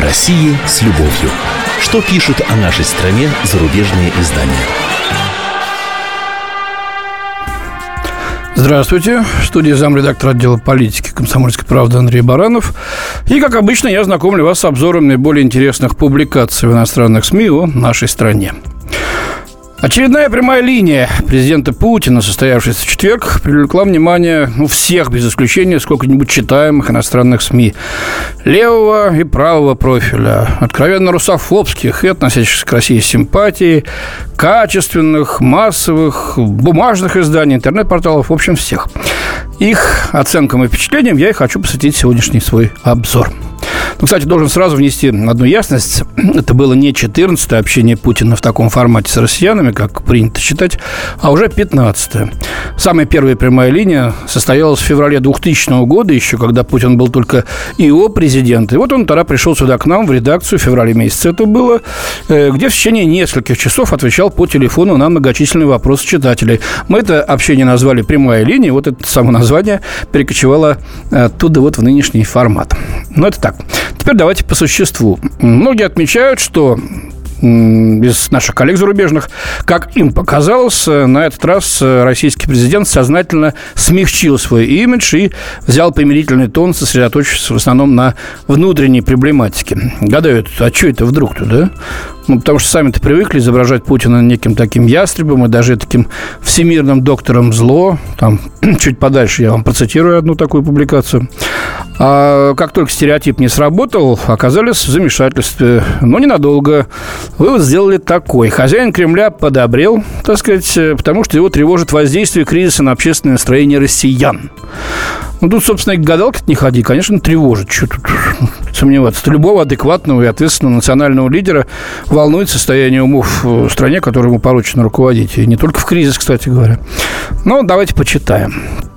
России с любовью. Что пишут о нашей стране зарубежные издания? Здравствуйте. В студии замредактора отдела политики «Комсомольской правды» Андрей Баранов. И, как обычно, я знакомлю вас с обзором наиболее интересных публикаций в иностранных СМИ о нашей стране. Очередная прямая линия президента Путина, состоявшаяся в четверг, привлекла внимание всех, без исключения, сколько-нибудь читаемых иностранных СМИ. Левого и правого профиля, откровенно русофобских и относящихся к России с симпатией, качественных, массовых, бумажных изданий, интернет-порталов, в общем, всех. Их оценкам и впечатлениям я и хочу посвятить сегодняшний свой обзор. Кстати, должен сразу внести одну ясность. Это было не 14-е общение Путина в таком формате с россиянами, как принято считать, а уже 15-е. Самая первая прямая линия состоялась в феврале 2000 года, еще когда Путин был только ИО президент. И вот он тогда пришел сюда к нам в редакцию, в феврале месяце это было, где в течение нескольких часов отвечал по телефону на многочисленные вопросы читателей. Мы это общение назвали «Прямая линия», вот это само название перекочевало оттуда вот в нынешний формат. Но это так. Теперь давайте по существу. Многие отмечают, что из наших коллег зарубежных, как им показалось, на этот раз российский президент сознательно смягчил свой имидж и взял примирительный тон, сосредоточившись в основном на внутренней проблематике. Гадают, а что это вдруг-то, да? Потому что сами-то привыкли изображать Путина неким таким ястребом и даже таким всемирным доктором зло. Там чуть подальше я вам процитирую одну такую публикацию. А как только стереотип не сработал, оказались в замешательстве. Но ненадолго. Вывод сделали такой. Хозяин Кремля подобрел, так сказать, потому что его тревожит воздействие кризиса на общественное настроение россиян. Тут, собственно, и к гадалке не ходи. Конечно, тревожит. Что тут сомневаться? Любого адекватного и ответственного национального лидера волнует состояние умов в стране, которой ему поручено руководить. И не только в кризис, кстати говоря. Но давайте почитаем.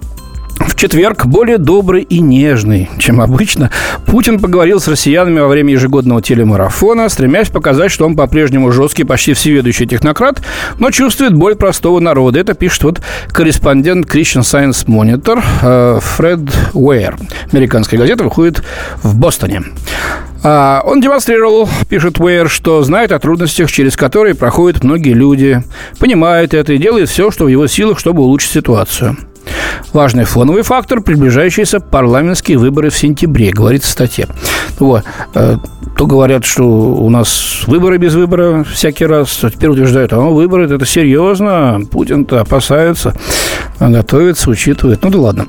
В четверг, более добрый и нежный, чем обычно, Путин поговорил с россиянами во время ежегодного телемарафона, стремясь показать, что он по-прежнему жесткий, почти всеведущий технократ, но чувствует боль простого народа. Это пишет вот корреспондент Christian Science Monitor Фред Уэйр. Американская газета выходит в Бостоне. Он демонстрировал, пишет Уэйр, что знает о трудностях, через которые проходят многие люди, понимает это и делает все, что в его силах, чтобы улучшить ситуацию. Важный фоновый фактор – приближающиеся парламентские выборы в сентябре, говорится в статье. Вот. То говорят, что у нас выборы без выбора всякий раз. Теперь утверждают, выборы – это серьезно. Путин-то опасается, готовится, учитывает. Да ладно.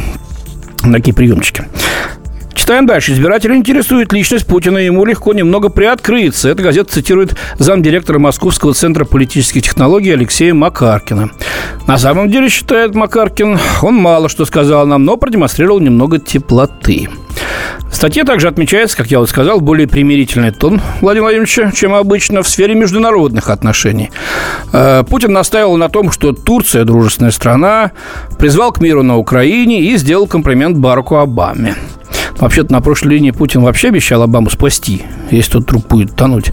Такие приемчики. Читаем дальше. Избирателя интересует личность Путина, ему легко немного приоткрыться. Эта газета цитирует замдиректора Московского центра политических технологий Алексея Макаркина. На самом деле, считает Макаркин, он мало что сказал нам, но продемонстрировал немного теплоты. В статье также отмечается, как я вот сказал, более примирительный тон Владимира Владимировича, чем обычно в сфере международных отношений. Путин настаивал на том, что Турция – дружественная страна, призвал к миру на Украине и сделал комплимент Бараку Обаме. Вообще-то на прошлой линии Путин вообще обещал Обаму спасти, если тот труп будет тонуть.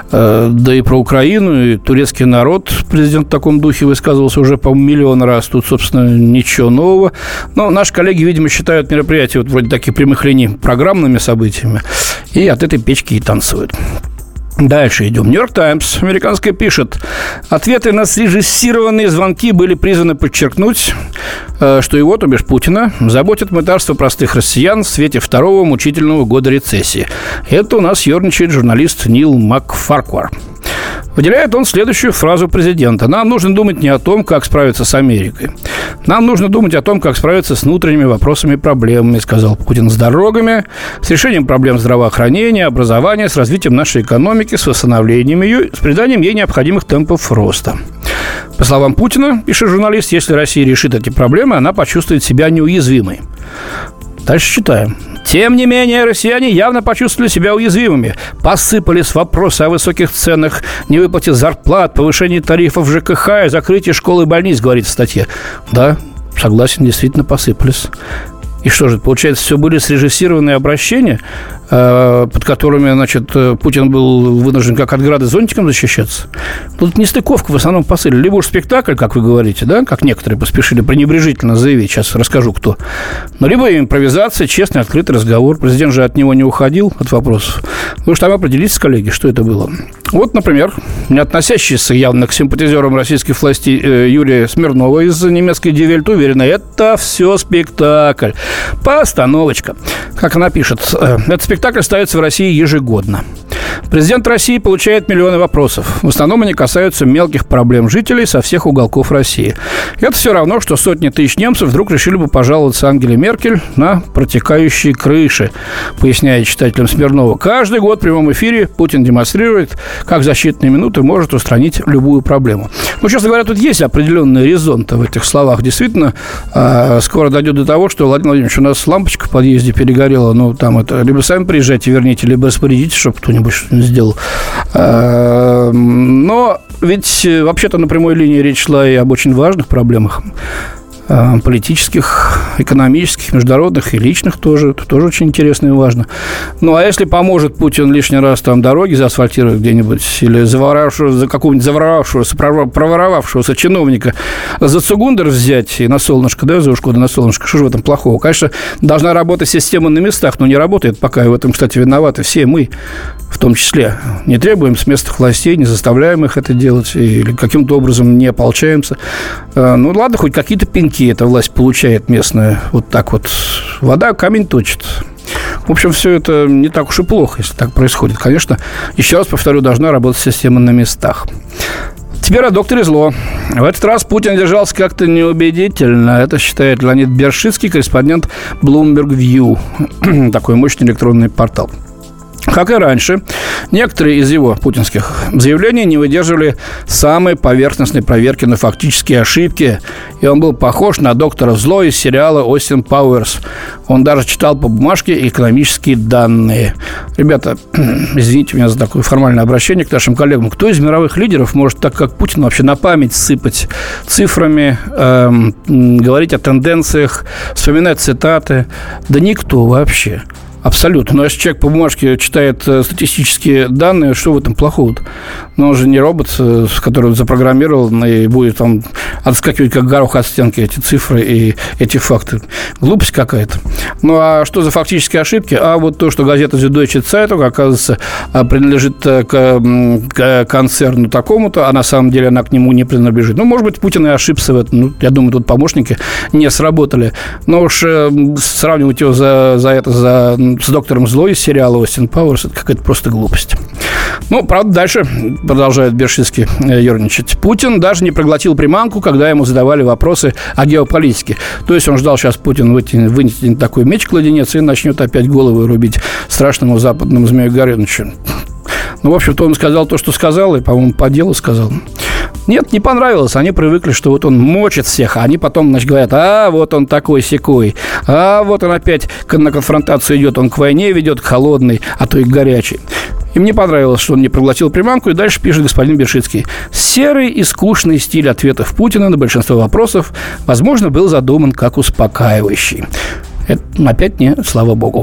Да и про Украину, и турецкий народ президент в таком духе высказывался уже, по-моему, миллион раз. Тут, собственно, ничего нового. Но наши коллеги, видимо, считают мероприятия вот вроде таких прямых линий программными событиями. И от этой печки и танцуют. Дальше идем. Нью-Йорк Таймс, американская, пишет: ответы на срежиссированные звонки были призваны подчеркнуть, что его, то бишь Путина, заботит мытарство простых россиян в свете второго мучительного года рецессии. Это у нас ерничает журналист Нил Макфарквар. Выделяет он следующую фразу президента: нам нужно думать не о том, как справиться с Америкой. Нам нужно думать о том, как справиться с внутренними вопросами и проблемами, сказал Путин, с дорогами, с решением проблем здравоохранения, образования, с развитием нашей экономики, с восстановлением ее, с приданием ей необходимых темпов роста. По словам Путина, пишет журналист, если Россия решит эти проблемы, она почувствует себя неуязвимой. Дальше читаем. Тем не менее, россияне явно почувствовали себя уязвимыми. Посыпались вопросы о высоких ценах, невыплате зарплат, повышении тарифов ЖКХ и закрытии школ и больниц, говорится в статье. Да, согласен, действительно посыпались. И что же, получается, все были срежиссированные обращения, под которыми, значит, Путин был вынужден как от града зонтиком защищаться? Тут нестыковка в основном посыле. Либо уж спектакль, как вы говорите, да, как некоторые поспешили пренебрежительно заявить, сейчас расскажу, кто. Но либо импровизация, честный, открытый разговор. Президент же от него не уходил, от вопросов. Вы же там определитесь, коллеги, что это было. Вот, например, не относящаяся явно к симпатизерам российских властей Юлия Смирнова из немецкой Die Welt уверена, это все спектакль. Постановочка. Как она пишет, этот спектакль ставится в России ежегодно. Президент России получает миллионы вопросов. В основном они касаются мелких проблем жителей со всех уголков России. Это все равно, что сотни тысяч немцев вдруг решили бы пожаловаться Ангеле Меркель на протекающие крыши, поясняет читателям Смирнова. Каждый год в прямом эфире Путин демонстрирует, как за считанные минуты может устранить любую проблему. Ну, честно говоря, тут есть определенные резон-то в этих словах. Действительно, скоро дойдет до того, что, Владимир Владимирович, у нас лампочка в подъезде перегорела. Ну, там это либо сами приезжайте, верните, либо распорядитесь, чтобы кто-нибудь что-нибудь сделал. Но ведь вообще-то на прямой линии речь шла и об очень важных проблемах. Политических, экономических, международных и личных тоже. Это тоже очень интересно и важно. Ну, а если поможет Путин лишний раз там дороги заасфальтировать где-нибудь или за какого-нибудь заворовавшегося, проворовавшегося чиновника за цугундер взять и на солнышко, да, за ушко, да на солнышко, что же в этом плохого? Конечно, должна работать система на местах, но не работает пока, и в этом, кстати, виноваты все мы, в том числе. Не требуем с местных властей, не заставляем их это делать или каким-то образом не ополчаемся. Ну, ладно, хоть какие-то пеньки эта власть получает местная. Вот так вот. Вода камень точит. В общем, все это не так уж и плохо, если так происходит. Конечно, еще раз повторю, должна работать система на местах. Теперь о докторе Зло. В этот раз Путин держался как-то неубедительно. Это считает Леонид Бершицкий, корреспондент Bloomberg View. Такой мощный электронный портал. Как и раньше, некоторые из его путинских заявлений не выдерживали самой поверхностной проверки на фактические ошибки, и он был похож на доктора Зло из сериала «Остин Пауэрс». Он даже читал по бумажке экономические данные. Ребята, извините меня за такое формальное обращение к нашим коллегам. Кто из мировых лидеров может, так как Путин, вообще на память сыпать цифрами, говорить о тенденциях, вспоминать цитаты? Да никто вообще. Абсолютно. Но если человек по бумажке читает статистические данные, что в этом плохого-то? Но он же не робот, который он запрограммировал и будет там отскакивать как горох от стенки эти цифры и эти факты. Глупость какая-то. Ну, а что за фактические ошибки? А вот то, что газета Süddeutsche Zeitung, оказывается, принадлежит к концерну такому-то, а на самом деле она к нему не принадлежит. Ну, может быть, Путин и ошибся в этом. Ну, я думаю, тут помощники не сработали. Но уж сравнивать его с доктором Зло из сериала «Остин Пауэрс» — это какая-то просто глупость. Ну, правда, дальше продолжает Бершицкий ерничать. Путин даже не проглотил приманку, когда ему задавали вопросы о геополитике. То есть он ждал, сейчас Путин вынесет такой меч-кладенец и начнет опять головы рубить страшному западному Змею Горынычу. Ну, в общем-то, он сказал то, что сказал, и, по-моему, по делу сказал. Нет, не понравилось. Они привыкли, что вот он мочит всех, а они потом, значит, говорят: а вот он такой-сякой, а вот он опять на конфронтацию идет, он к войне ведет, к холодной, а то и к горячей. Им не понравилось, что он не проглотил приманку, и дальше пишет господин Бершицкий. Серый и скучный стиль ответов Путина на большинство вопросов, возможно, был задуман как успокаивающий. Это опять не слава богу.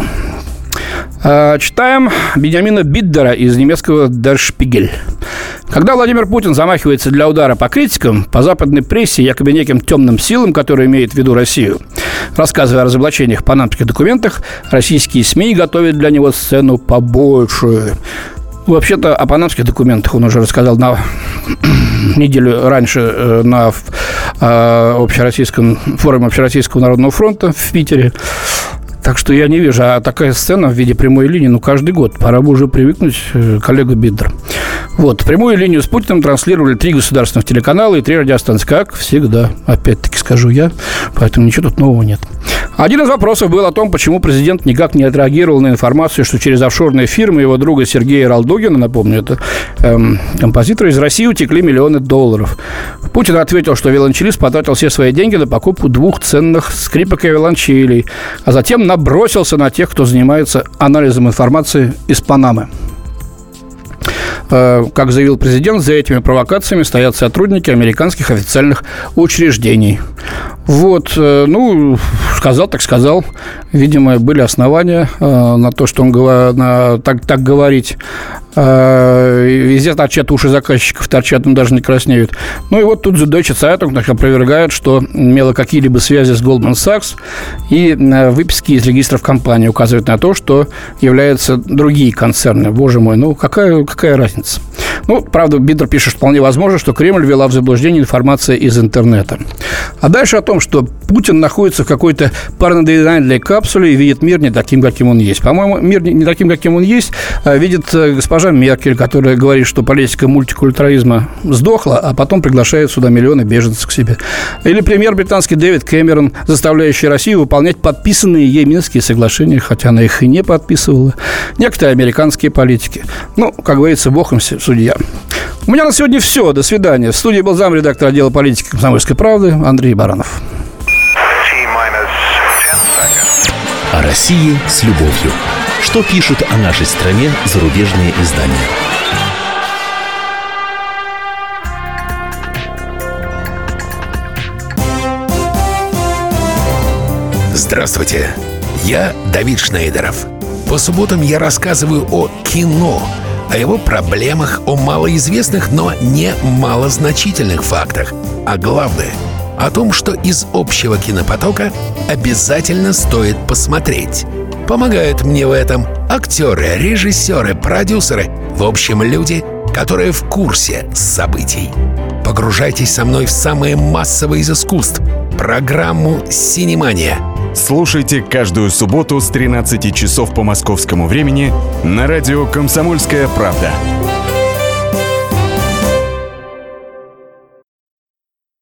Читаем Беньямина Биддера из немецкого Der Spiegel. Когда Владимир Путин замахивается для удара по критикам, по западной прессе, якобы неким темным силам, которые имеют в виду Россию, рассказывая о разоблачениях в панамских документах, российские СМИ готовят для него сцену побольше. Вообще-то о панамских документах он уже рассказал на неделю раньше на общероссийском форуме Общероссийского народного фронта в Питере. Так что я не вижу. А такая сцена в виде прямой линии, каждый год. Пора бы уже привыкнуть, коллега Биддер. Вот, прямую линию с Путиным транслировали 3 государственных телеканала и 3 радиостанции. Как всегда, опять-таки скажу я. Поэтому ничего тут нового нет. Один из вопросов был о том, почему президент никак не отреагировал на информацию, что через офшорные фирмы его друга Сергея Ралдогина, напомню, это композитор, из России утекли миллионы долларов. Путин ответил, что виолончелист потратил все свои деньги на покупку 2 ценных скрипок и виолончелей, а затем набросился на тех, кто занимается анализом информации из Панамы. Как заявил президент, за этими провокациями стоят сотрудники американских официальных учреждений. Вот, сказал так сказал. Видимо, были основания на то, что он так говорить. Везде торчат уши заказчиков, торчат, даже не краснеют. И вот тут же Deutsche Zeitung опровергает, что имела какие-либо связи с Goldman Sachs, и выписки из регистров компании указывают на то, что являются другие концерны. Боже мой, какая разница? Правда, Биттер пишет, что вполне возможно, что Кремль ввела в заблуждение информация из интернета. А дальше о том, что Путин находится в какой-то параноидальной капсуле и видит мир не таким, каким он есть. По-моему, мир не таким, каким он есть, видит госпожа Меркель, которая говорит, что политика мультикультурализма сдохла, а потом приглашает сюда миллионы беженцев к себе. Или премьер британский Дэвид Кэмерон, заставляющий Россию выполнять подписанные ей Минские соглашения, хотя она их и не подписывала. Некоторые американские политики. Как говорится, бог им судья. У меня на сегодня все. До свидания. В студии был замредактор отдела политики «Комсомольской правды» Андрей Баранов. О России с любовью. Что пишут о нашей стране зарубежные издания? Здравствуйте, я Давид Шнейдеров. По субботам я рассказываю о кино, о его проблемах, о малоизвестных, но не малозначительных фактах. А главное, о том, что из общего кинопотока обязательно стоит посмотреть. Помогают мне в этом актеры, режиссеры, продюсеры, в общем, люди, которые в курсе событий. Погружайтесь со мной в самое массовое из искусств — программу «Синемания». Слушайте каждую субботу с 13 часов по московскому времени на радио «Комсомольская правда».